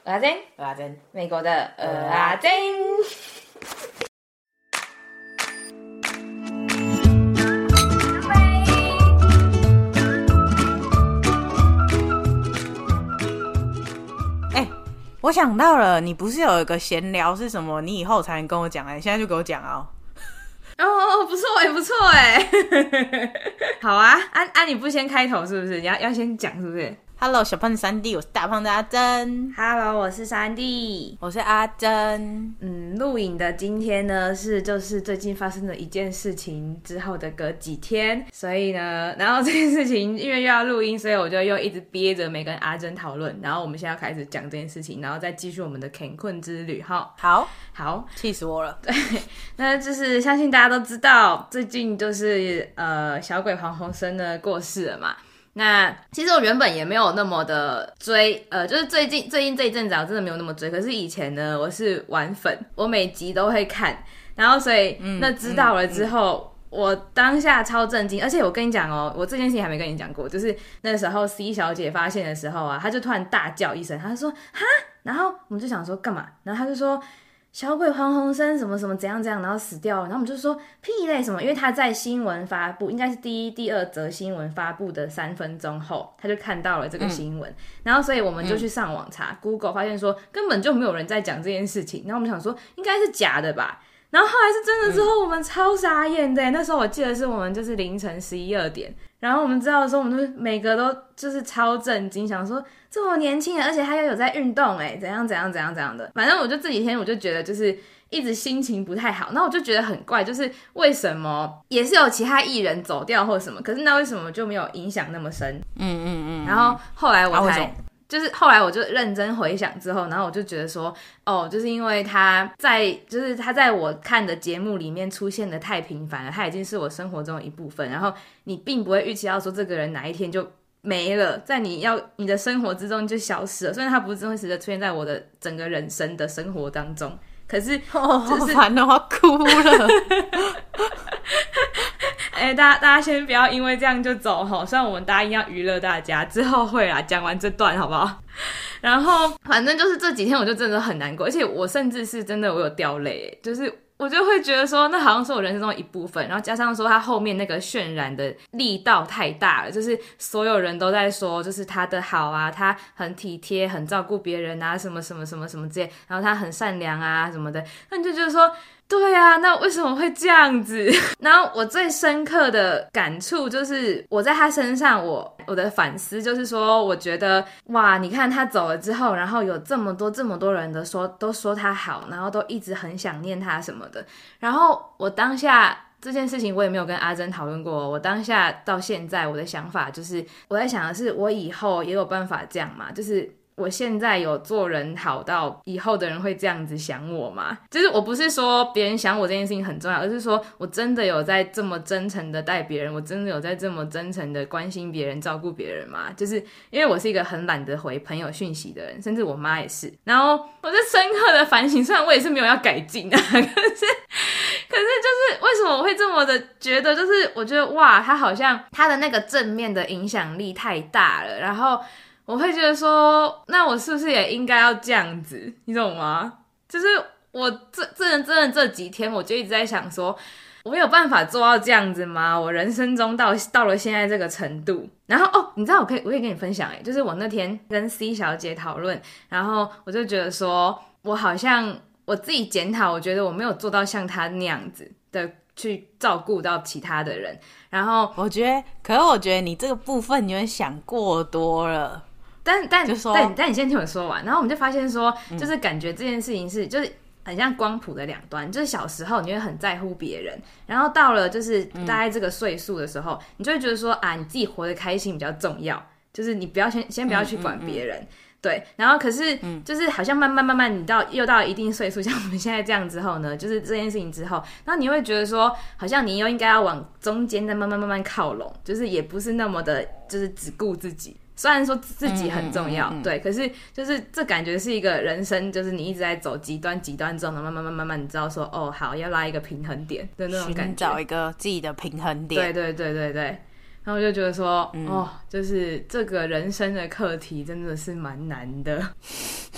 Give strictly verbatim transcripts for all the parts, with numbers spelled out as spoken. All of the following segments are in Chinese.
阿珍， 阿珍， 美国的呃阿珍。 哎、欸，我想到了，你不是有一个闲聊是什么？你以后才能跟我讲哎、欸，现在就给我讲哦。 哦哦，不错哎，不错哎。好啊，啊啊，你不先开头是不是？你要要先讲是不是？ Hello， 小胖子三弟，我是大胖子阿珍。 Hello， 我是三弟， 我是阿珍。 嗯，录影的今天呢是就是最近发生的一件事情之后的隔几天，所以呢，然后这件事情因为又要录音，所以我就又一直憋着没跟阿珍讨论。然后我们现在要开始讲这件事情，然后再继续我们的乾坤之旅哈。 好， 好， 气死我了。 对，那就是相信大家都知道，最近就是呃小鬼黄鸿升呢过世了嘛。那其实我原本也没有那么的追，呃，就是最近最近这一阵子我真的没有那么追，可是以前呢我是玩粉，我每集都会看，然后所以那知道了之后、嗯嗯、我当下超震惊，而且我跟你讲哦，我这件事情还没跟你讲过，就是那时候 C 小姐发现的时候啊，她就突然大叫一声，她就说哈，然后我们就想说干嘛，然后她就说小鬼黄鸿升什么什么怎样怎样，然后死掉了，然后我们就说屁嘞什么，因为他在新闻发布，应该是第一、第二则新闻发布的三分钟后，他就看到了这个新闻、嗯，然后所以我们就去上网查、嗯、Google， 发现说根本就没有人在讲这件事情，然后我们想说应该是假的吧，然后后来是真的之后，我们超傻眼的、嗯、那时候我记得是我们就是凌晨十一二点，然后我们知道的时候，我们就每个都就是超震惊，想说这么年轻人，而且他又有在运动哎，怎样怎样怎样怎样的。反正我就这几天我就觉得就是一直心情不太好，那我就觉得很怪，就是为什么也是有其他艺人走掉或什么，可是那为什么就没有影响那么深？嗯嗯嗯。然后后来我才。啊就是后来我就认真回想之后，然后我就觉得说，哦，就是因为他在，就是他在我看的节目里面出现的太频繁了，他已经是我生活中的一部分。然后你并不会预期到说这个人哪一天就没了，在你要你的生活之中就消失了。虽然他不是真实的出现在我的整个人生的生活当中，可是就是哦，好烦哦，我要哭了。 哎、欸，大家大家先不要因为这样就走齁，虽然我们答应要娱乐大家，之后会啦，讲完这段好不好？然后反正就是这几天我就真的很难过，而且我甚至是真的我有掉泪，就是我就会觉得说那好像是我人生中的一部分，然后加上说他后面那个渲染的力道太大了，就是所有人都在说就是他的好啊，他很体贴很照顾别人啊，什么什么什么什么之类，然后他很善良啊什么的，那你就觉得说对啊，那为什么会这样子？然后我最深刻的感触就是我在他身上我我的反思就是说，我觉得哇，你看他走了之后，然后有这么多这么多人的说都说他好，然后都一直很想念他什么的，然后我当下这件事情我也没有跟阿珍讨论过，我当下到现在我的想法就是我在想的是我以后也有办法这样嘛，就是我现在有做人好到以后的人会这样子想我吗？就是我不是说别人想我这件事情很重要，而是说我真的有在这么真诚的待别人，我真的有在这么真诚的关心别人照顾别人吗？就是因为我是一个很懒得回朋友讯息的人，甚至我妈也是，然后我就深刻的反省，虽然我也是没有要改进啊，可是可是就是为什么我会这么的觉得，就是我觉得哇，他好像他的那个正面的影响力太大了，然后我会觉得说那我是不是也应该要这样子，你懂吗？就是我这真的真的这几天我就一直在想说我有办法做到这样子吗？我人生中到到了现在这个程度，然后哦，你知道我可以我可以跟你分享耶，就是我那天跟 C 小姐讨论，然后我就觉得说我好像我自己检讨，我觉得我没有做到像她那样子的去照顾到其他的人，然后我觉得可是我觉得你这个部分你有点想过多了， 但但就说但但你先听我说完，然后我们就发现说就是感觉这件事情是就是很像光谱的两端，就是小时候你会很在乎别人，然后到了就是大概这个岁数的时候、嗯、你就会觉得说啊你自己活得开心比较重要，就是你不要先先不要去管别人、嗯嗯嗯对，然后可是就是好像慢慢慢慢你到又到了一定岁数，像我们现在这样之后呢，就是这件事情之后，然后你会觉得说好像你又应该要往中间再慢慢慢慢靠拢，就是也不是那么的就是只顾自己，虽然说自己很重要、嗯嗯嗯嗯、对，可是就是这感觉是一个人生，就是你一直在走极端极端之后，慢慢慢慢慢慢你知道说哦好要拉一个平衡点的那种感觉， 寻找一个自己的平衡点， 对对对对对，然后我就觉得说、嗯、哦就是这个人生的课题真的是蛮难的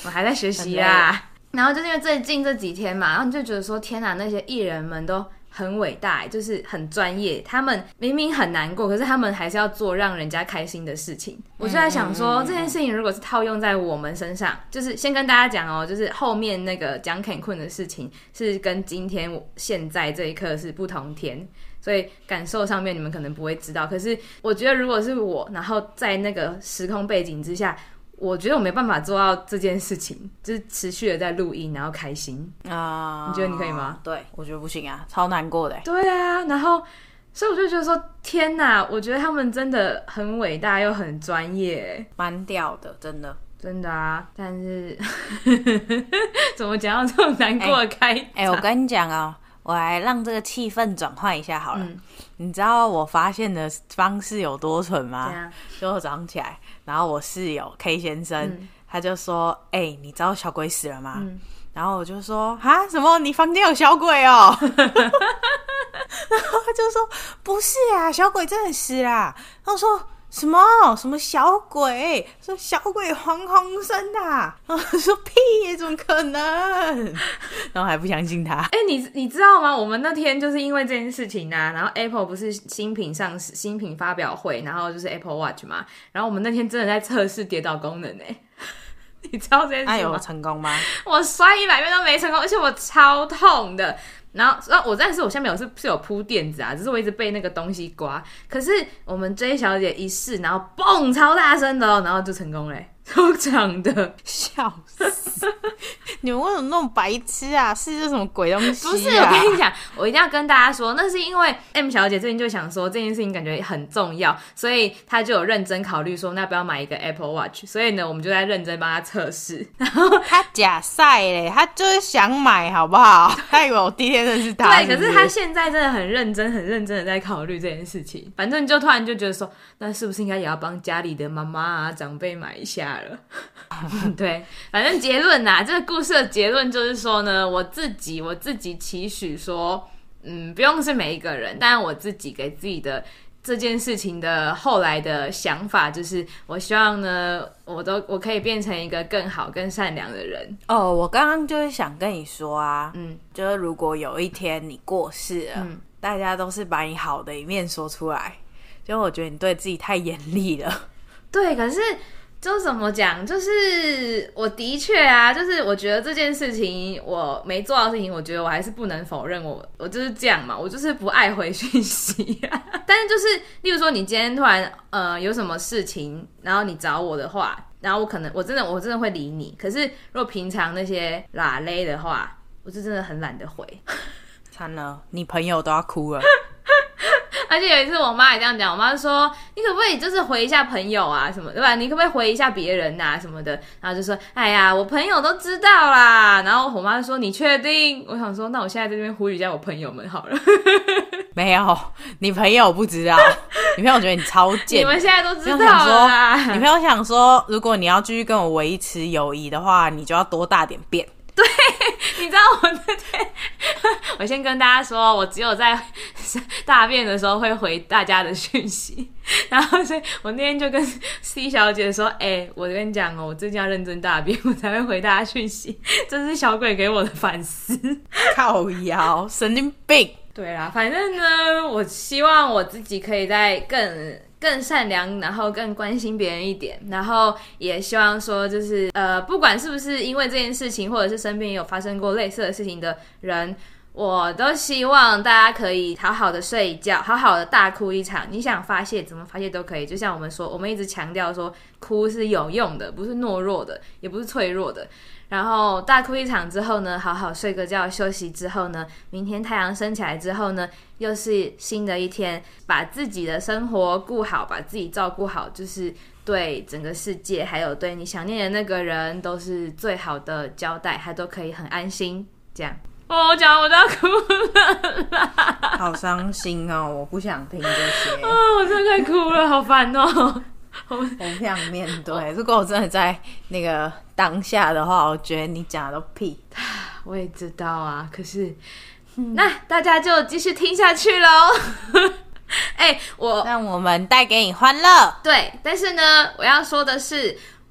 我还在学习啦。然后就是因为最近这几天嘛，然后你就觉得说天哪，那些艺人们都很伟大，就是很专业，他们明明很难过，可是他们还是要做让人家开心的事情。我就在想说、嗯、这件事情如果是套用在我们身上，就是先跟大家讲哦，就是后面那个讲 Cancun 的事情是跟今天现在这一刻是不同天，所以感受上面你们可能不会知道，可是我觉得如果是我，然后在那个时空背景之下，我觉得我没办法做到这件事情，就是持续的在录音然后开心啊、uh, 你觉得你可以吗？ 对，我觉得不行啊，超难过的。 对啊，然后所以我就觉得说天哪，我觉得他们真的很伟大又很专业， 蛮屌的，真的真的啊。但是怎么讲到这种难过的开场？ 哎、欸欸，我跟你讲啊、哦，我来让这个气氛转换一下好了、嗯、你知道我发现的方式有多蠢吗？就我早上起来，然后我室友 K 先生、嗯、他就说哎、欸，你知道小鬼死了吗、嗯、然后我就说哈什么你房间有小鬼哦然后他就说不是啊，小鬼真的死啦。然后说什么什么小鬼，说小鬼黄鸿升啊，然后说屁耶，怎么可能？然后还不相信他。 哎、欸，你你知道吗？我们那天就是因为这件事情啊，然后 Apple 不是新品上市、新品发表会，然后就是 Apple Watch 嘛，然后我们那天真的在测试跌倒功能哎、欸，你知道这件事吗？ 那、啊、有成功吗？ 我摔一百遍都没成功，而且我超痛的。然后，然后我但是我下面有是是有铺垫子啊，只是我一直被那个东西刮。可是我们 J 小姐一试，然后蹦超大声的、哦，然后就成功嘞，超长的， 笑死！你们为什么那么白痴啊？是这什么鬼东西、啊？ 不是，我跟你讲，我一定要跟大家说，那是因为 M 小姐最近就想说这件事情感觉很重要，所以她就有认真考虑说，那要不要买一个 Apple Watch？ 所以呢，我们就在认真帮她测试。然后她假赛嘞，她就是想买，好不好？她以为我第一天认识她。 对，可是她现在真的很认真、很认真的在考虑这件事情。反正就突然就觉得说，那是不是应该也要帮家里的妈妈啊、长辈买一下了？对，反正结论啊，这个故事的结论就是说呢，我自己我自己期许说，嗯，不用是每一个人，但我自己给自己的这件事情的后来的想法就是，我希望呢，我都我可以变成一个更好、更善良的人。 哦，我刚刚就是想跟你说啊，嗯，就是如果有一天你过世了，嗯，大家都是把你好的一面说出来，就我觉得你对自己太严厉了。 对，可是。就怎么讲，就是我的确啊，就是我觉得这件事情我没做到的事情，我觉得我还是不能否认我我就是这样嘛，我就是不爱回讯息啊。但是就是例如说你今天突然呃有什么事情，然后你找我的话，然后我可能我真的我真的会理你，可是如果平常那些拉勒的话，我是真的很懒得回。 惨了，你朋友都要哭了。 而且有一次我妈也这样讲，我妈说你可不可以就是回一下朋友啊什么对吧，你可不可以回一下别人啊什么的，然后就说哎呀我朋友都知道啦，然后我妈就说你确定？我想说那我现在在这边呼吁一下我朋友们好了。 没有，你朋友不知道，你朋友觉得你超贱。 你们现在都知道了啦。 你朋友想说如果你要继续跟我维持友谊的话，你就要多大点便。 对，你知道我那天，我先跟大家说，我只有在大便的时候会回大家的讯息，然后所以我那天就跟 C 小姐说，哎、欸，我跟你讲哦，我最近要认真大便，我才会回大家讯息，这是小鬼给我的反思。 靠腰，神经病。 对啦，反正呢，我希望我自己可以再更。更善良，然后更关心别人一点，然后也希望说就是呃，不管是不是因为这件事情，或者是身边有发生过类似的事情的人，我都希望大家可以好好的睡一觉，好好的大哭一场，你想发泄怎么发泄都可以，就像我们说，我们一直强调说哭是有用的，不是懦弱的，也不是脆弱的。然后大哭一场之后呢，好好睡个觉休息之后呢，明天太阳升起来之后呢，又是新的一天，把自己的生活顾好，把自己照顾好，就是对整个世界还有对你想念的那个人都是最好的交代，还都可以很安心这样。哦，我讲我都要哭了啦， 好伤心哦，我不想听这些。 哦，我真的快哭了，好烦哦。 我不想面对。如果我真的在那个当下的话，我觉得你讲的都屁。 我也知道啊，可是、嗯、那大家就继续听下去咯。哎、欸，我让我们带给你欢乐。 对，但是呢，我要说的是，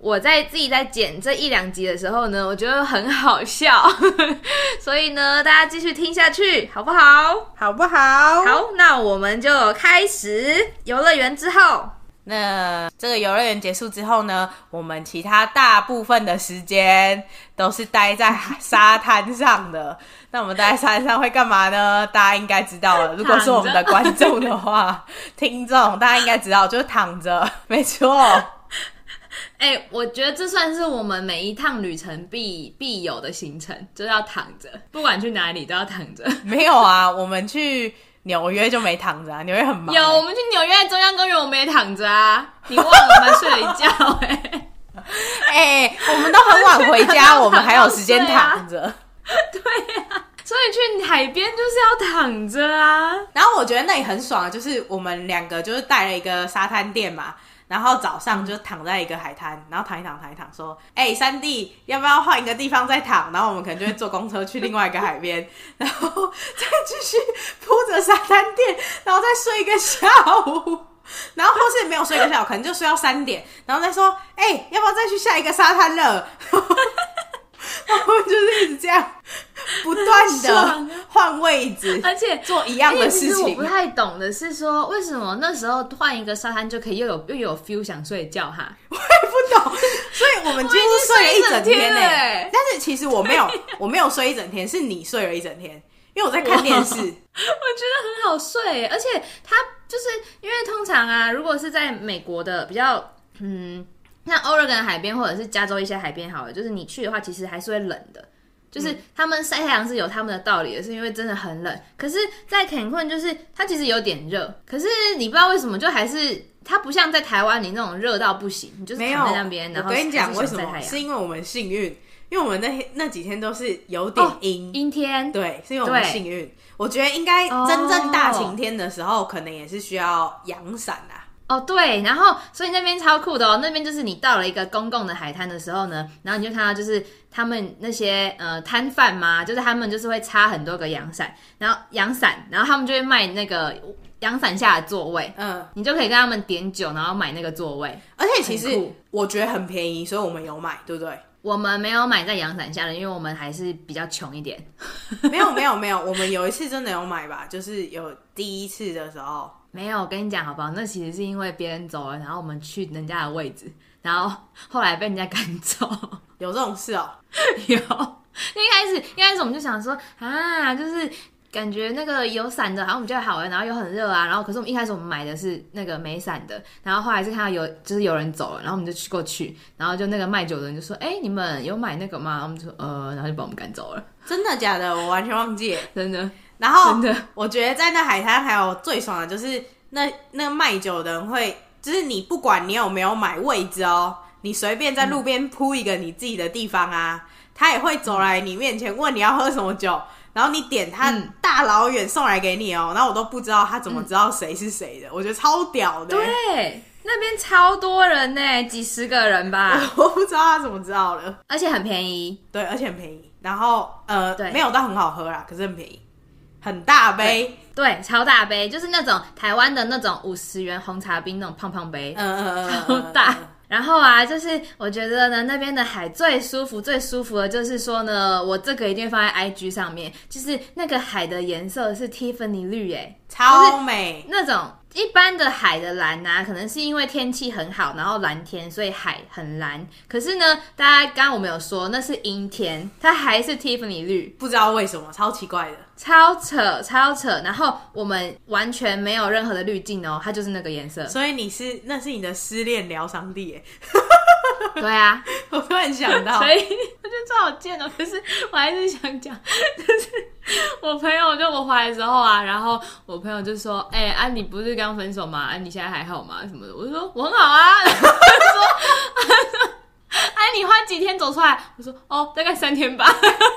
我在自己在剪这一两集的时候呢，我觉得很好笑，所以呢，大家继续听下去，好不好？ 好不好？ 好，那我们就开始游乐园之后。 那这个游乐园结束之后呢，我们其他大部分的时间都是待在沙滩上的。那我们待在沙滩上会干嘛呢？大家应该知道了。如果是我们的观众的话，听众大家应该知道，就是躺着，没错。 哎、欸，我觉得这算是我们每一趟旅程必必有的行程，就是要躺着，不管去哪里都要躺着。没有啊，我们去纽约就没躺着啊，纽约很忙、欸。 有，我们去纽约中央公园，我们也躺着啊。你忘了我们睡了一觉哎、欸。 哎、欸，我们都很晚回家，我们还有时间躺着。 对呀、啊，所以去海边就是要躺着啊。 然后我觉得那里很爽，就是我们两个就是带了一个沙滩垫嘛。然后早上就躺在一个海滩，然后躺一躺躺一躺，说：“哎、欸，山地，要不要换一个地方再躺？”然后我们可能就会坐公车去另外一个海边，然后再继续铺着沙滩垫，然后再睡一个下午，然后或是没有睡一个下午，可能就睡到三点，然后再说：“哎、欸，要不要再去下一个沙滩了？”然后就是一直这样不断的换位置， 而且做一样的事情。 其实我不太懂的是说，为什么那时候换一个沙滩就可以又有又有 feel 想睡觉哈？ 我也不懂，所以我们几乎睡了一整天呢、欸。但是其实我没有，我没有睡一整天，是你睡了一整天，因为我在看电视。我觉得很好睡，而且它就是因为通常啊，如果是在美国的比较嗯。像 Oregon 海边或者是加州一些海边好了，就是你去的话其实还是会冷的，就是他们晒太阳是有他们的道理的，是因为真的很冷。可是在 Cancun 就是它其实有点热，可是你不知道为什么就还是它不像在台湾你那种热到不行，你就是躺在那边然后我跟你讲为什么，是因为我们幸运，因为我们那那几天都是有点阴、哦、 阴天， 对，是因为我们幸运。我觉得应该真正大晴天的时候、哦、可能也是需要阳伞啊。 哦，对，然后所以那边超酷的哦，那边就是你到了一个公共的海滩的时候呢，然后你就看到就是他们那些呃摊贩嘛，就是他们就是会插很多个阳伞，然后阳伞，然后他们就会卖那个阳伞下的座位，嗯，你就可以跟他们点酒，然后买那个座位， 而且其实我觉得很便宜，所以我们有买，对不对？ 我们没有买在阳伞下的，因为我们还是比较穷一点。 没有没有没有，我们有一次真的有买吧，就是有第一次的时候。 没有，我跟你讲好不好？那其实是因为别人走了，然后我们去人家的位置，然后后来被人家赶走。 有这种事哦？ 有。一开始一开始我们就想说啊，就是感觉那个有伞的好像比较好哎，然后又很热啊，然后可是我们一开始我们买的是那个没伞的，然后后来是看到有就是有人走了，然后我们就去过去，然后就那个卖酒的人就说：“哎、欸，你们有买那个吗？”我们就说：“呃”，然后就把我们赶走了。 真的假的？我完全忘记了， 真的。 然后， 真的， 我觉得在那海滩还有最爽的就是那那个卖酒的人会，就是你不管你有没有买位置哦，你随便在路边铺一个你自己的地方啊，嗯、他也会走来你面前问你要喝什么酒，然后你点他大老远送来给你哦，然后我都不知道他怎么知道谁是谁的，嗯、我觉得超屌的。 对，那边超多人呢，几十个人吧， 我不知道他怎么知道的， 而且很便宜， 对，而且很便宜，然后呃，没有到很好喝啦，可是很便宜。很大杯， 对，对，超大杯，就是那种台湾的那种五十元红茶冰那种胖胖杯， 嗯嗯嗯， 超大。然后啊，就是我觉得呢，那边的海最舒服、最舒服的，就是说呢，我这个一定放在 I G 上面，就是那个海的颜色是 Tiffany 绿，耶， 超美， 就是那种。一般的海的蓝啊，可能是因为天气很好，然后蓝天，所以海很蓝。可是呢，大家刚刚我们有说那是阴天，它还是 Tiffany 绿， 不知道为什么，超奇怪的， 超扯，超扯。然后我们完全没有任何的滤镜哦，它就是那个颜色。 所以你是那是你的失恋疗伤地耶。 对啊， 我突然想到， 所以我觉得超好贱哦。可是我还是想讲，就是我朋友就我回来的时候啊，然后我朋友就说：“哎、欸，啊，你不是刚分手吗？啊，你现在还好吗？什么的？”我就说：“我很好啊。”然后他说：“哎、啊，你花几天走出来？”我说：“哦，大概三天吧。”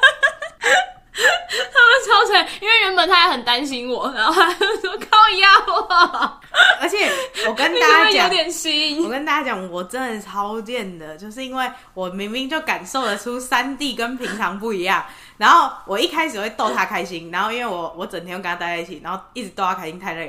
他们超惨，因为原本他还很担心我，然后他就说靠腰啊。 而且我跟大家讲， 有点心。 我跟大家讲，我真的超贱的，就是因为我明明就感受得出山地跟平常不一样，然后我一开始会逗他开心，然后因为我我整天都跟他待在一起，然后一直逗他开心太累了，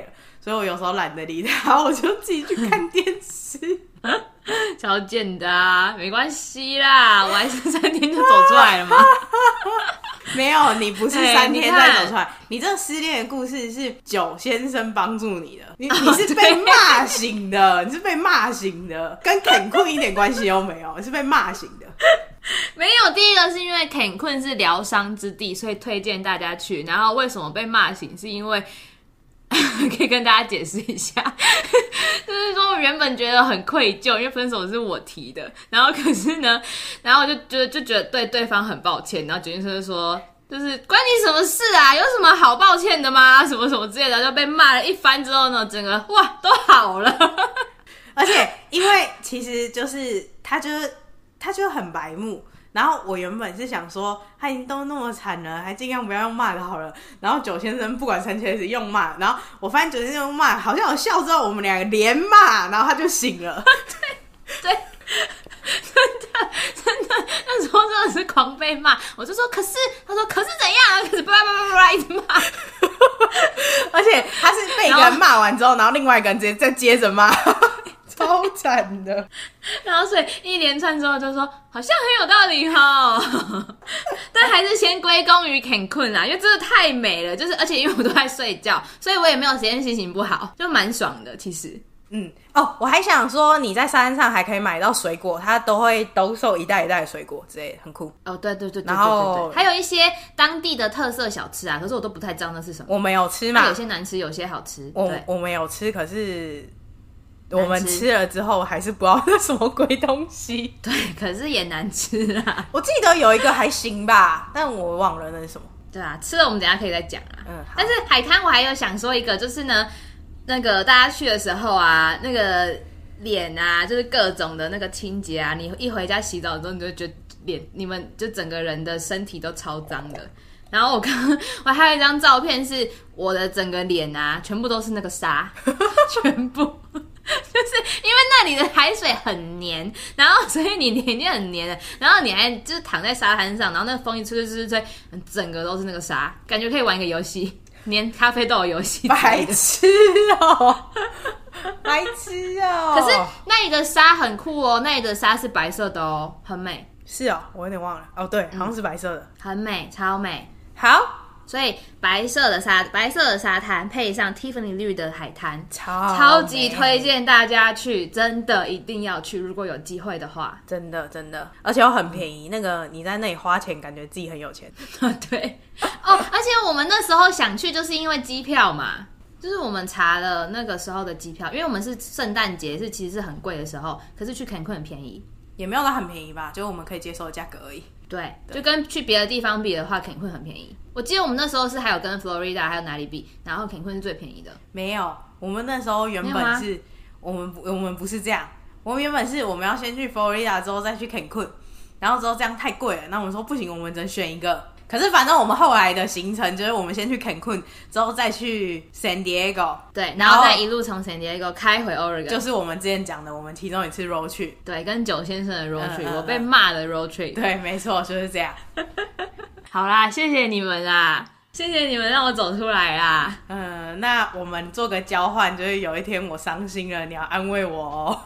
所以我有时候懒得理他，我就自己去看电视。 超贱的啊，没关系啦，我还是三天就走出来了嘛。 没有，你不是三天再走出来，欸、你, 你这失恋的故事是九先生帮助你的，你你是被骂醒的，你是被骂醒的，跟肯困一点关系都没有，你是被骂醒的。 没有，第一个是因为肯困是疗伤之地，所以推荐大家去。然后为什么被骂醒，是因为可以跟大家解释一下，就是说我原本觉得很愧疚，因为分手是我提的，然后可是呢，然后我就觉得就觉得对对方很抱歉，然后九先生就说，就是关你什么事啊？有什么好抱歉的吗？什么什么之类的，就被骂了一番之后呢，整个哇都好了。 而且因为其实就是他就是他就很白目。然后我原本是想说，他已经都那么惨了，还尽量不要用骂的好了。然后九先生不管三七二十一用骂，然后我发现九先生用骂好像有效之后，我们两个连骂，然后他就醒了。 对对，真的真的，那时候真的是狂被骂。我就说，可是他说可是怎样？可是叭叭叭叭一直骂。 而且他是被一个人骂完之后，然后另外一个人直接再接着骂。超惨的， 然后所以一连串之后就说好像很有道理齁，但还是先归功于肯困啦，因为真的太美了，就是而且因为我都在睡觉，所以我也没有时间心情不好，就蛮爽的其实。 嗯，哦，我还想说你在山上还可以买到水果，它都会兜售一袋一袋的水果之类的，很酷。 哦，对对对对对对对，还有一些当地的特色小吃啊，可是我都不太知道那是什么。 我没有吃嘛， 有些难吃，有些好吃。 我对， 我没有吃，可是。我们吃了之后还是不知道那什么鬼东西。 对，可是也难吃啦。 我记得有一个还行吧，但我忘了那是什么。 对啊，吃了我们等一下可以再讲啊。嗯，但是海滩我还有想说一个，就是呢，那个大家去的时候啊，那个脸啊，就是各种的那个清洁啊，你一回家洗澡之后，你就觉得脸，你们就整个人的身体都超脏的。然后我刚我还有一张照片，是我的整个脸啊，全部都是那个沙，全部。就是因为那里的海水很黏，然后所以你脸已经很黏了，然后你还就是躺在沙滩上，然后那个风一吹吹吹吹，整个都是那个沙，感觉可以玩一个游戏，粘咖啡豆的游戏。 白痴哦，白痴哦。 可是那里的沙很酷哦，那里的沙是白色的哦，很美。 是哦，我有点忘了哦，对，好像是白色的， 嗯、很美，超美。 好。 所以白色的沙白色的沙滩配上 Tiffany 绿的海滩， 超超级推荐大家去，真的一定要去，如果有机会的话， 真的真的，而且又很便宜。那个你在那里花钱，感觉自己很有钱。 对哦，而且我们那时候想去，就是因为机票嘛，就是我们查了那个时候的机票，因为我们是圣诞节，是其实是很贵的时候，可是去坎昆很便宜， 也没有到很便宜吧，就是我们可以接受的价格而已。 对，就跟去别的地方比的话，坎昆很便宜。我记得我们那时候是还有跟 Florida 还有哪里比，然后坎昆是最便宜的。 没有，我们那时候原本是我们我们不是这样，我们原本是我们要先去 Florida 之后再去坎昆，然后之后这样太贵了，那我们说不行，我们只能选一个。可是反正我们后来的行程就是我们先去坎昆，之后再去 San Diego， 对，然后再一路从 San Diego 开回 Oregon， 就是我们之前讲的我们其中一次 road trip， 对，跟九先生的 road trip，、嗯嗯嗯、我被骂的 road trip， 对，没错，就是这样。 好啦，谢谢你们啦，谢谢你们让我走出来啦。 嗯，那我们做个交换，就是有一天我伤心了，你要安慰我哦。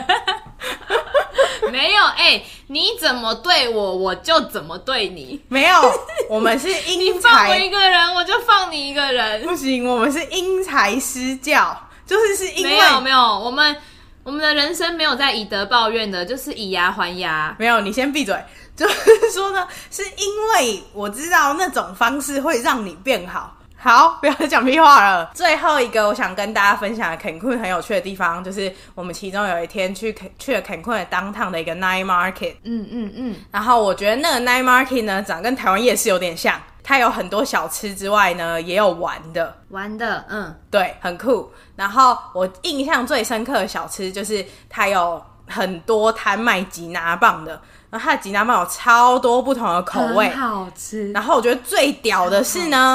没有，哎、欸，你怎么对我，我就怎么对你。 没有，我们是因材， 你放我一个人，我就放你一个人。 不行，我们是因材施教，就是是因为没有没有，我们我们的人生没有在以德报怨的，就是以牙还牙。 没有，你先闭嘴。就是说呢，是因为我知道那种方式会让你变好。好，不要再讲屁话了。最后一个我想跟大家分享的坎昆很有趣的地方，就是我们其中有一天去去了坎昆的 downtown 的一个 night market。 嗯嗯嗯。 然后我觉得那个 night market 呢，长跟台湾夜市有点像，它有很多小吃之外呢，也有玩的。 玩的，嗯， 对，很酷。然后我印象最深刻的小吃就是它有很多摊卖吉拿棒的。然后它的吉拿棒有超多不同的口味， 很好吃。 然后我觉得最屌的是呢，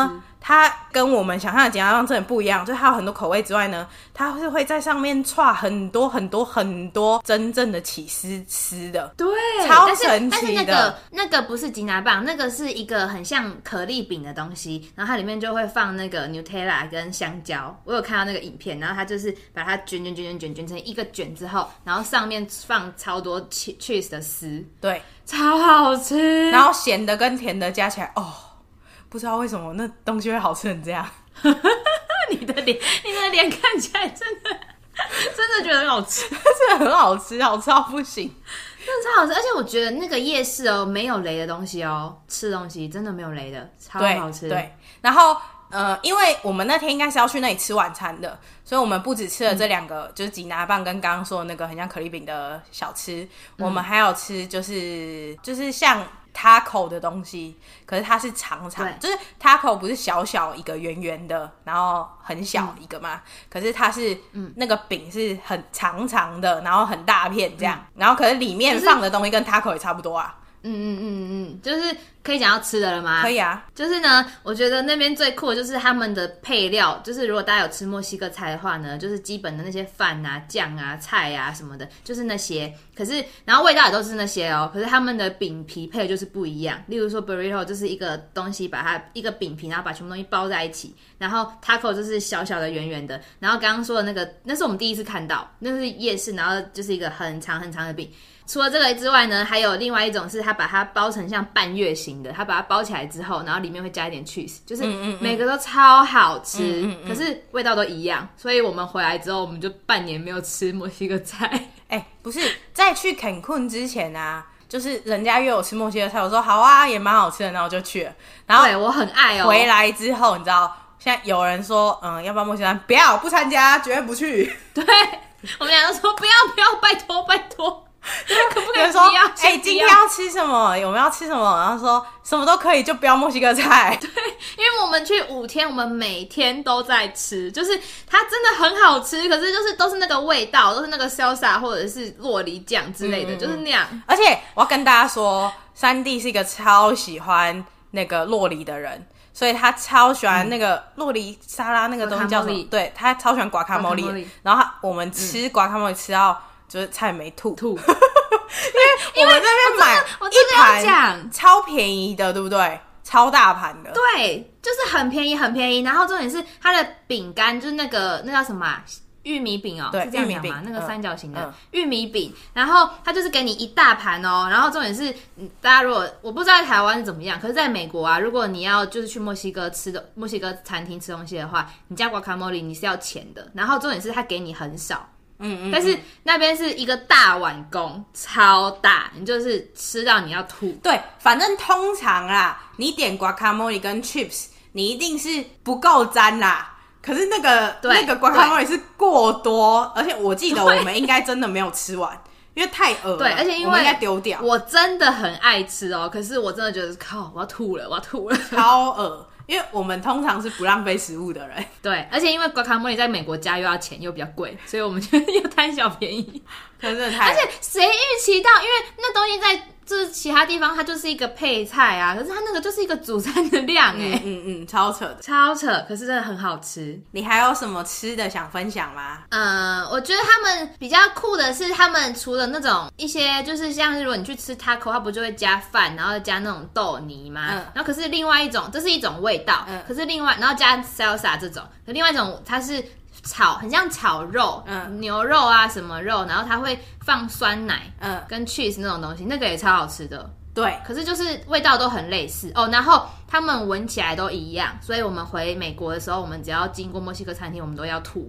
它跟我们想象的吉拿棒真的不一样，就是它有很多口味之外呢，它是会在上面串很多很多很多真正的起司丝的， 对， 超神奇的。 但是但是那个那个不是吉拿棒，那个是一个很像可丽饼的东西，然后它里面就会放那个 Nutella 跟香蕉。我有看到那个影片，然后它就是把它卷卷卷卷卷卷成一个卷之后，然后上面放超多 cheese 的丝， 对， 超好吃。 然后咸的跟甜的加起来，哦，不知道为什么那东西会好吃成这样。 你的脸，你的脸看起来真的真的觉得很好吃， 真的很好吃，好吃到不行， 真的超好吃。而且我觉得那个夜市哦，没有雷的东西哦，吃东西真的没有雷的，超好吃。 对，对，然后呃，因为我们那天应该是要去那里吃晚餐的，所以我们不只吃了这两个，嗯、就是吉拿棒跟刚刚说的那个很像可丽饼的小吃，嗯、我们还有吃就是就是像taco 的东西，可是它是长长，就是 taco 不是小小一个圆圆的，然后很小一个嘛，嗯、可是它是、嗯、那个饼是很长长的，然后很大片这样，嗯、然后可是里面放的东西跟 taco 也差不多啊。 嗯嗯嗯嗯，就是可以讲到吃的了吗？ 可以啊。 就是呢，我觉得那边最酷的就是他们的配料，就是如果大家有吃墨西哥菜的话呢，就是基本的那些饭啊、酱啊、菜啊什么的，就是那些。可是，然后味道也都是那些哦。可是他们的饼皮配的就是不一样。例如说 burrito 就是一个东西，把它一个饼皮，然后把全部东西包在一起。然后 taco 就是小小的、圆圆的。然后刚刚说的那个，那是我们第一次看到，那是夜市，然后就是一个很长很长的饼。除了这个之外呢，还有另外一种是它把它包成像半月形的，它把它包起来之后，然后里面会加一点 cheese， 就是每个都超好吃，嗯嗯嗯，可是味道都一样，所以我们回来之后，我们就半年没有吃墨西哥菜。 哎、欸，不是，在去坎昆之前啊，就是人家约我吃墨西哥菜，我说好啊，也蛮好吃的，然后我就去了。然后对我很爱哦。 回来之后，你知道，现在有人说，嗯，要不要墨西哥菜？不要，不参加，绝对不去。 对，我们两个说不要不要，拜托拜托。可不可以说哎、欸，今天要吃什么？我们要吃什么？然后说什么都可以，就不要墨西哥菜。 对，因为我们去五天，我们每天都在吃，就是它真的很好吃，可是就是都是那个味道，都是那个 salsa 或者是酪梨酱之类的，嗯、就是那样。 而且我要跟大家说，三弟是一个超喜欢那个酪梨的人。所以他超喜欢那个酪梨沙拉那个东西叫什么？对，他超喜欢瓜卡莫利。然后他我们吃瓜卡莫利吃到就是菜没吐吐，因为我们这边买一盘超便宜的，对不对？超大盘的， 对，就是很便宜很便宜。然后重点是它的饼干，就是那个那叫什么、啊？玉米饼哦， 对， 是这样讲吗？那个三角形的、嗯、玉米饼，然后它就是给你一大盘哦，然后重点是，大家如果我不知道在台湾是怎么样，可是在美国啊，如果你要就是去墨西哥吃的墨西哥餐厅吃东西的话，你加 guacamole 你是要钱的，然后重点是它给你很少，嗯 嗯, 嗯，但是那边是一个大碗公，超大，你就是吃到你要吐。 对，反正通常啦，你点 guacamole 跟 chips， 你一定是不够沾啦。可是那个那个guacamole是过多，而且我记得我们应该真的没有吃完，因为太恶了。 对，而且因为我们应该丢掉。 我真的很爱吃哦，可是我真的觉得靠，我要吐了，我要吐了， 超恶。因为我们通常是不浪费食物的人。 对，而且因为 guacamole 在美国加又要钱又比较贵，所以我们就又贪小便宜。 真的太…… 而且谁预期到，因为那东西在就是其他地方它就是一个配菜啊，可是它那个就是一个主餐的量哎、欸， 嗯嗯嗯，超扯的， 超扯，可是真的很好吃。 你还有什么吃的想分享吗？ 嗯，我觉得他们比较酷的是，他们除了那种一些就是像如果你去吃 taco， 它不就会加饭，然后加那种豆泥吗？嗯、然后可是另外一种，这是一种味道，嗯、可是另外然后加 salsa 这种，可另外一种它是。炒很像炒肉，嗯，牛肉啊什么肉，然后它会放酸奶，嗯，跟 cheese 那种东西，那个也超好吃的。 对， 可是就是味道都很类似哦，然后他们闻起来都一样，所以我们回美国的时候，我们只要经过墨西哥餐厅，我们都要吐。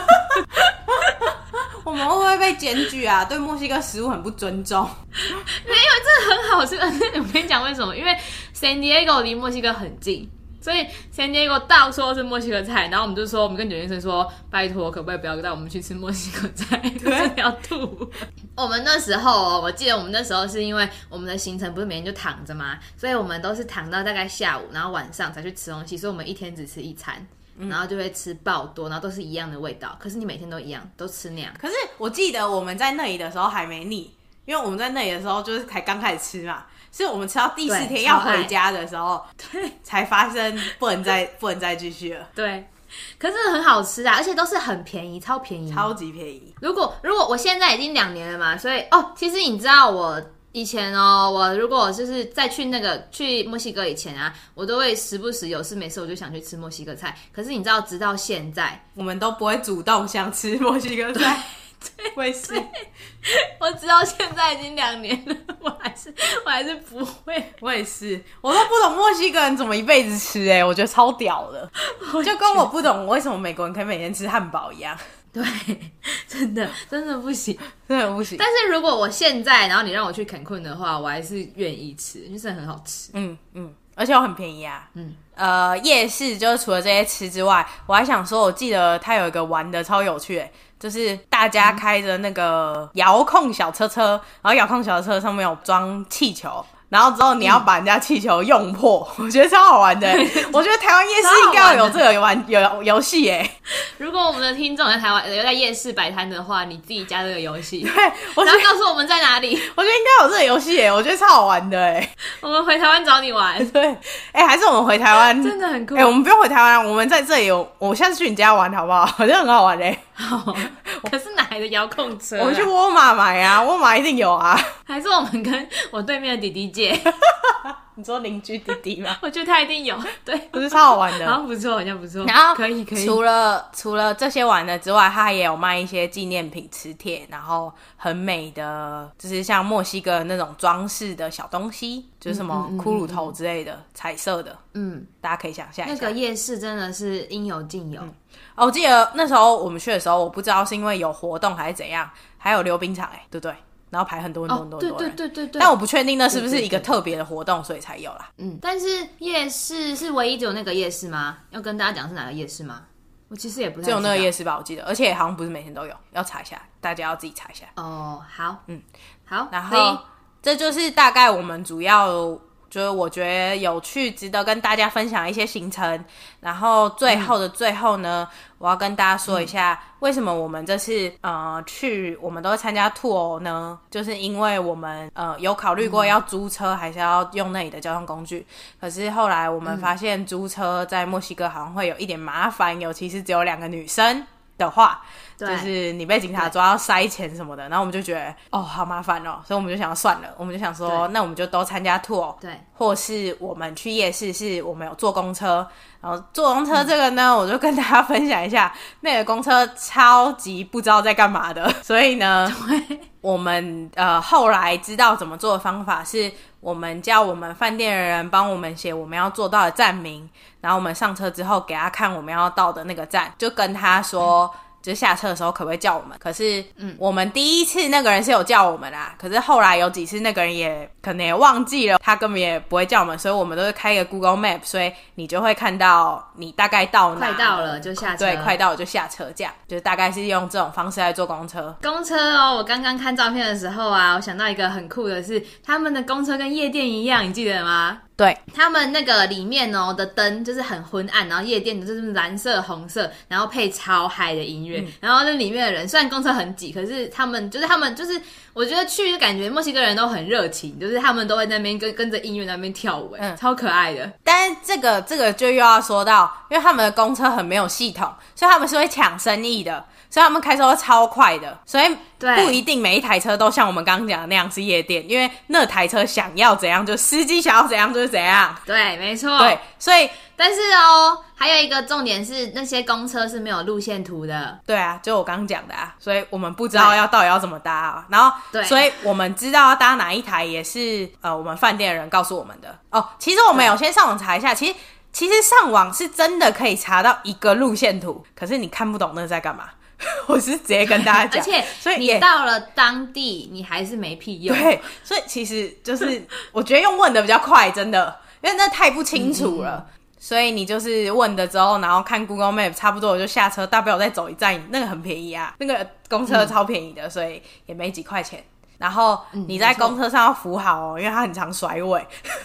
我们会不会被检举啊？对墨西哥食物很不尊重？ 没有，真的很好吃。我跟你讲为什么？因为 San Diego 离墨西哥很近。所以 San Diego 到处都是墨西哥菜，然后我们就说，我们跟九先生说，拜托，可不可以不要带我们去吃墨西哥菜？真的要吐。我们那时候，我记得我们那时候是因为我们的行程不是每天就躺着嘛，所以我们都是躺到大概下午，然后晚上才去吃东西，所以我们一天只吃一餐。然后就会吃爆多，然后都是一样的味道，可是你每天都一样，都吃那样。 可是我记得我们在那里的时候还没腻，因为我们在那里的时候就是才刚开始吃嘛。 是我们吃到第四天要回家的时候，对，才发生不能再不能再继续了。 对，可是很好吃啊，而且都是很便宜，超便宜， 超级便宜。 如果如果我现在已经两年了嘛，所以哦，其实你知道我以前哦，我如果就是在去那个去墨西哥以前啊，我都会时不时有事没事我就想去吃墨西哥菜。可是你知道，直到现在， 我们都不会主动想吃墨西哥菜。我也是， 我直到现在已经两年了，我还是我还是不会。 我也是，我都不懂墨西哥人怎么一辈子吃哎、欸，我觉得超屌的，就跟我不懂为什么美国人可以每天吃汉堡一样。 对，真的真的不行， 真的不行。 但是如果我现在，然后你让我去坎昆的话，我还是愿意吃，因为真的很好吃。 嗯嗯，而且又很便宜啊。嗯，呃，夜市就是除了这些吃之外，我还想说，我记得它有一个玩的超有趣、欸，就是大家开着那个遥控小车车，然后遥控小车上面有装气球。然后之后你要把人家气球用破、嗯、我觉得超好玩的我觉得台湾夜市应该要有这个玩有游戏耶。 如果我们的听众在台湾有在夜市摆摊的话，你自己加这个游戏， 对，我然后告诉我们在哪里。 我觉得应该有这个游戏耶，我觉得超好玩的耶。 我们回台湾找你玩。 对，哎、欸，还是我们回台湾， 真的很酷。 哎、欸，我们不用回台湾，我们在这里有，我下次去你家玩好不好？好像很好玩嘞。 好，可是哪来的遥控车、啊？ 我们去沃尔玛买啊，沃尔玛一定有啊。 还是我们跟我对面的弟弟借？ 你说邻居弟弟吗？ 我觉得他一定有，对， 不是超好玩的， 好像不错，好像不错。 然后可以可以。 除了除了这些玩的之外，他也有卖一些纪念品磁铁，然后很美的，就是像墨西哥那种装饰的小东西，就是什么骷髅头之类的，嗯嗯嗯嗯彩色的，嗯，大家可以想象一下。 那个夜市真的是应有尽有。嗯哦，我记得那时候我们去的时候，我不知道是因为有活动还是怎样，还有溜冰场哎、欸，对不对？然后排很多很多很多人、哦、对对对对对，但我不确定那是不是一个特别的活动，所以才有啦。 嗯，但是夜市是唯一只有那个夜市吗？要跟大家讲是哪个夜市吗？我其实也不太知道， 只有那个夜市吧，我记得，而且好像不是每天都有，要查一下，大家要自己查一下。 哦，好， 嗯， 好， 然后这就是大概我们主要。就是我觉得有趣值得跟大家分享一些行程，然后最后的最后呢、嗯、我要跟大家说一下为什么我们这次呃去我们都会参加 tour 呢，就是因为我们呃有考虑过要租车还是要用那里的交通工具、嗯、可是后来我们发现租车在墨西哥好像会有一点麻烦，尤其是只有两个女生的话，就是你被警察抓要塞钱什么的，然后我们就觉得哦好麻烦哦，所以我们就想要算了，我们就想说那我们就都参加 tour， 对，或是我们去夜市是我们有坐公车，然后坐公车这个呢、嗯、我就跟大家分享一下，那个公车超级不知道在干嘛的，所以呢我们呃后来知道怎么做的方法是我们叫我们饭店的人帮我们写我们要坐到的站名，然后我们上车之后给他看我们要到的那个站，就跟他说、嗯就是下车的时候可不可以叫我们，可是嗯，我们第一次那个人是有叫我们啦，可是后来有几次那个人也可能也忘记了，他根本也不会叫我们，所以我们都是开一个 Google Map， 所以你就会看到你大概到哪， 快到了就下车， 对，快到了就下车，这样就是大概是用这种方式来坐公车。 公车哦，我刚刚看照片的时候啊，我想到一个很酷的是，他们的公车跟夜店一样，你记得吗？ 对， 他们那个里面哦的灯就是很昏暗，然后夜店的就是蓝色红色，然后配超嗨的音乐、嗯、然后那里面的人虽然公车很挤，可是他们就是他们就是我觉得去就感觉墨西哥人都很热情，就是他们都会在那边跟跟着音乐在那边跳舞、嗯、超可爱的。 但是这个这个就又要说到，因为他们的公车很没有系统，所以他们是会抢生意的，所以他们开车会超快的，所以不一定每一台车都像我们刚刚讲的那样是夜店，因为那台车想要怎样就司机想要怎样就是怎样。 对，没错。 对，所以但是哦，还有一个重点是那些公车是没有路线图的。 对啊，就我刚刚讲的啊，所以我们不知道要到底要怎么搭啊。然后，对，所以我们知道要搭哪一台也是呃我们饭店的人告诉我们的。哦，其实我们有先上网查一下，其实其实上网是真的可以查到一个路线图，可是你看不懂那在干嘛。我是直接跟大家讲， 而且所以你到了当地你还是没屁用。 对，所以其实就是我觉得用问的比较快，真的，因为那太不清楚了、嗯、所以你就是问的之后然后看 Google Map 差不多我就下车，大不了再走一站，那个很便宜啊，那个公车超便宜的、嗯、所以也没几块钱，然后你在公车上要扶好哦，因为它很常甩尾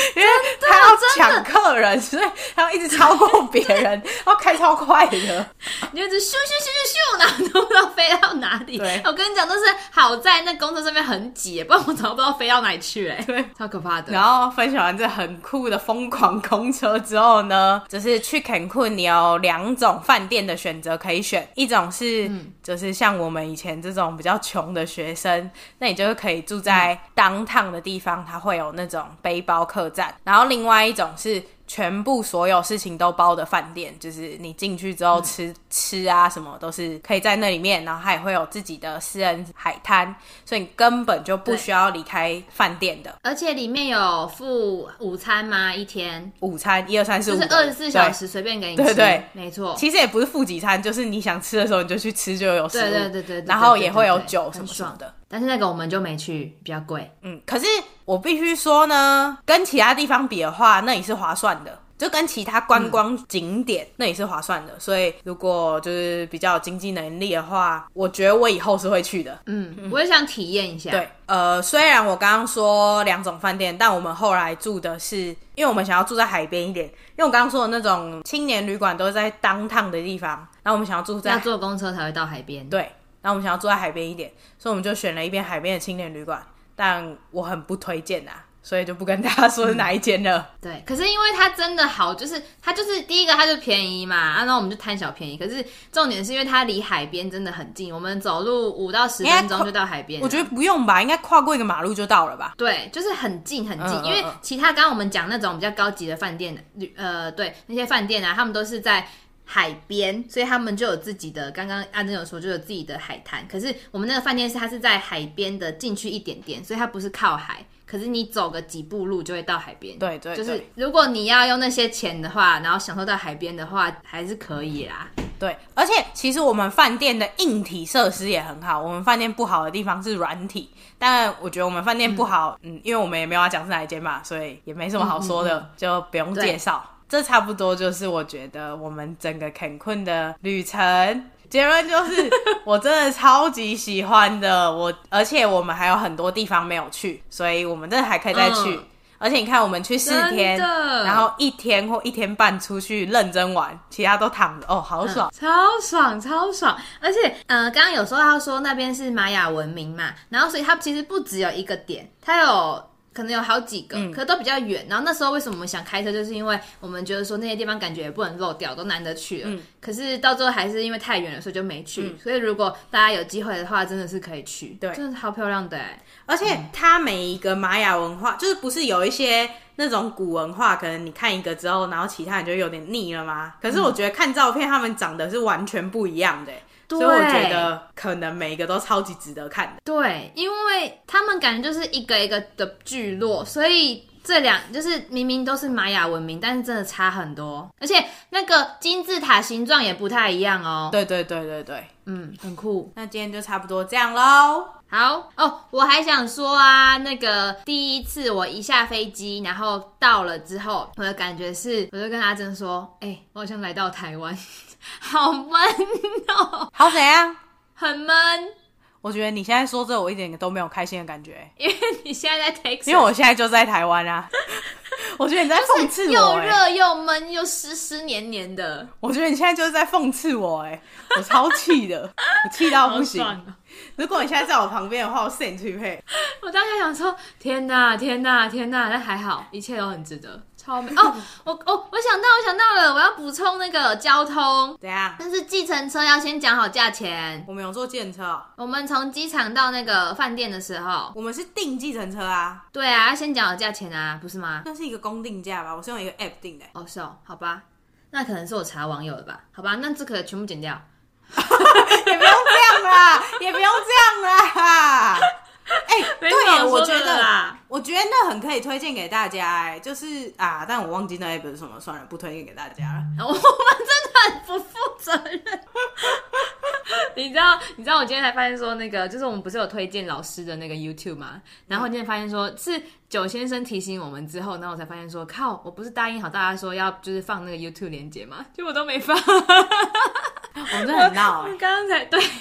因为他要抢客人，所以他要一直超过别人，要开超快的， 你就一直咻咻咻咻咻，然后都不知道飞到哪里。对，我跟你讲，都是好在那公车上面很挤，不然我早都不知道飞到哪里去嘞。对，超可怕的。 然后分享完这很酷的疯狂公车之后呢，就是去坎昆你有两种饭店的选择可以选，一种是、嗯、就是像我们以前这种比较穷的学生，那你就是可以住在downtown的地方，它会有那种背包客栈，然后另外一种是全部所有事情都包的饭店，就是你进去之后吃、嗯、吃啊什么都是可以在那里面，然后它也会有自己的私人海滩，所以你根本就不需要离开饭店的。 而且里面有附午餐吗？一天午餐一二三四五， 就是二十四小时随便给你吃。 对对， 没错。 其实也不是附几餐，就是你想吃的时候你就去吃，就有食物。 对对对 对, 对, 对， 然后也会有酒什么什么的。 但是那个我们就没去，比较贵。 嗯，可是我必须说呢，跟其他地方比的话，那也是划算的。就跟其他观光景点、嗯、那也是划算的，所以如果就是比较有经济能力的话，我觉得我以后是会去的。 嗯，嗯我也想体验一下。 对，呃，虽然我刚刚说两种饭店，但我们后来住的是，因为我们想要住在海边一点，因为我刚刚说的那种青年旅馆都是在downtown的地方，然后我们想要住在要坐公车才会到海边。 对，然后我们想要住在海边一点，所以我们就选了一边海边的青年旅馆，但我很不推荐啊。所以就不跟大家说是哪一间了、 嗯。对，可是因为它真的好，就是它就是第一个它就便宜嘛，啊，然后我们就贪小便宜。可是重点是因为它离海边真的很近，我们走路五到十分钟就到海边。 我觉得不用吧，应该跨过一个马路就到了吧？ 对，就是很近很近。嗯、因为其他刚刚我们讲那种比较高级的饭店，呃，对，那些饭店啊，他们都是在海边，所以他们就有自己的，刚刚阿珍有说就有自己的海滩。可是我们那个饭店是它是在海边的进去一点点，所以它不是靠海。可是你走个几步路就会到海边。 对对对， 就是如果你要用那些钱的话，然后享受到海边的话，还是可以啦。 对，而且其实我们饭店的硬体设施也很好，我们饭店不好的地方是软体，但我觉得我们饭店不好 嗯, 嗯，因为我们也没有要讲是哪一间嘛，所以也没什么好说的，嗯嗯嗯就不用介绍。这差不多就是我觉得我们整个坎昆的旅程结论就是我真的超级喜欢的，我而且我们还有很多地方没有去，所以我们真的还可以再去、嗯、而且你看我们去四天，然后一天或一天半出去认真玩，其他都躺着，哦好爽、 嗯、超爽超爽。而且呃，刚刚有说到说那边是玛雅文明嘛，然后所以它其实不只有一个点，它有可能有好几个、嗯、可是都比较远。然后那时候为什么我们想开车，就是因为我们觉得说那些地方感觉也不能漏掉，都难得去了、嗯、可是到最后还是因为太远了，所以就没去、嗯、所以如果大家有机会的话真的是可以去。对，真的超漂亮的耶。 而且它每一个玛雅文化、嗯、就是不是有一些那种古文化可能你看一个之后然后其他人就有点腻了吗？可是我觉得看照片他们长得是完全不一样的耶，所以我觉得可能每一个都超级值得看的。 对，因为他们感觉就是一个一个的聚落，所以这两就是明明都是玛雅文明，但是真的差很多，而且那个金字塔形状也不太一样哦。 对对对对对， 嗯，很酷。 那今天就差不多这样咯。 好哦，我还想说啊，那个第一次我一下飞机，然后到了之后，我的感觉是，我就跟阿珍说，哎、欸，我好像来到台湾，好闷哦。 好怎样？ 很闷。 我觉得你现在说这我一点都没有开心的感觉， 因为你现在在 Texas， 因为我现在就在台湾啊。我觉得你在讽刺我、欸， 又热又闷又湿湿黏黏的。 我觉得你现在就是在讽刺我、欸，哎，我超气的，我气到不行。如果你现在在我旁边的话，我射你去配。 我当时想说，天哪，天哪，天哪，但还好，一切都很值得。超美哦！我我我想到我想到了，我要补充那个交通。 怎样？ 但是计程车要先讲好价钱。 我们有坐计程车、哦。 我们从机场到那个饭店的时候， 我们是订计程车啊。 对啊，要先讲好价钱啊，不是吗？ 那是一个公定价吧？我是用一个 app 订的。 哦，是哦，好吧，那可能是我查网友的吧？好吧，那这个全部剪掉。 也不用这样啦，也不用这样啦。哎、欸，对耶，我觉得，我觉得那很可以推荐给大家。哎，就是啊，但我忘记那 app 是什么，算了，不推荐给大家了。 我们真的很不负责任。你知道，你知道，我今天才发现说，那个就是我们不是有推荐老师的那个 YouTube 嘛？然后我今天发现说是九先生提醒我们之后，然后我才发现说，靠，我不是答应好大家说要就是放那个 YouTube 连结嘛，结果都没放。 我们真的很闹哎、欸！ 刚刚才对。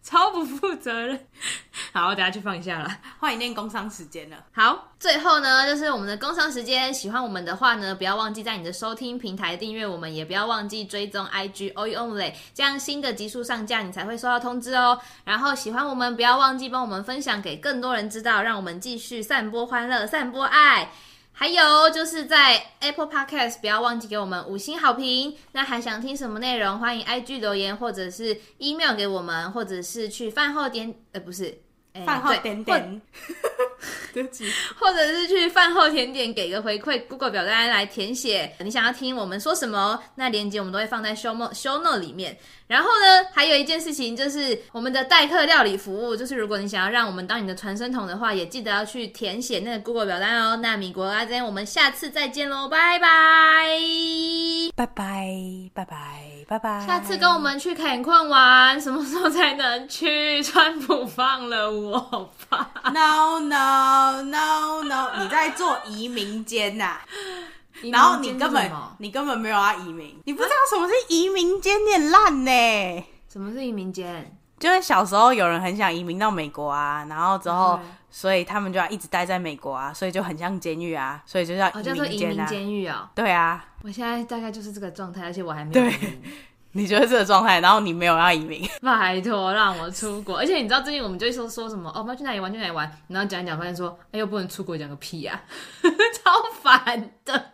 超不负责任。好，我等下去放一下啦。 欢迎念工商时间了。 好，最后呢，就是我们的工商时间。喜欢我们的话呢，不要忘记在你的收听平台订阅我们，也不要忘记追踪 I G O U Only， 这样新的集数上架你才会收到通知哦。然后喜欢我们，不要忘记帮我们分享给更多人知道，让我们继续散播欢乐，散播爱。还有就是在 Apple Podcast 不要忘记给我们五星好评。那还想听什么内容，欢迎 I G 留言或者是 email 给我们，或者是去饭后点呃不是饭后点点对不起， 或者是去饭后甜点给个回馈 Google 表单来填写你想要听我们说什么，那连结我们都会放在 show note show note 里面。然后呢，还有一件事情就是我们的代客料理服务，就是如果你想要让我们当你的传声筒的话，也记得要去填写那个 Google 表单哦。那米国阿珍，我们下次再见咯，拜拜拜拜拜拜拜拜。 下次跟我们去坎昆玩，什么时候才能去？川普放了我吧。 No no no no， 你在做移民监呐、啊？然后你根本你根本没有要移民，你不知道什么是移民监，你很烂呢。 什么是移民监？ 就是小时候有人很想移民到美国啊，然后之后、嗯、所以他们就要一直待在美国啊，所以就很像监狱啊，所以就叫移民监啊。哦，叫做移民监狱哦。对啊， 我现在大概就是这个状态，而且我还没有移民。 你觉得这个状态，然后你没有要移民， 拜托让我出国。而且你知道最近我们就会说说什么哦，我们要去哪里玩去哪里玩，然后讲一讲发现说哎又不能出国，讲个屁啊，超烦的。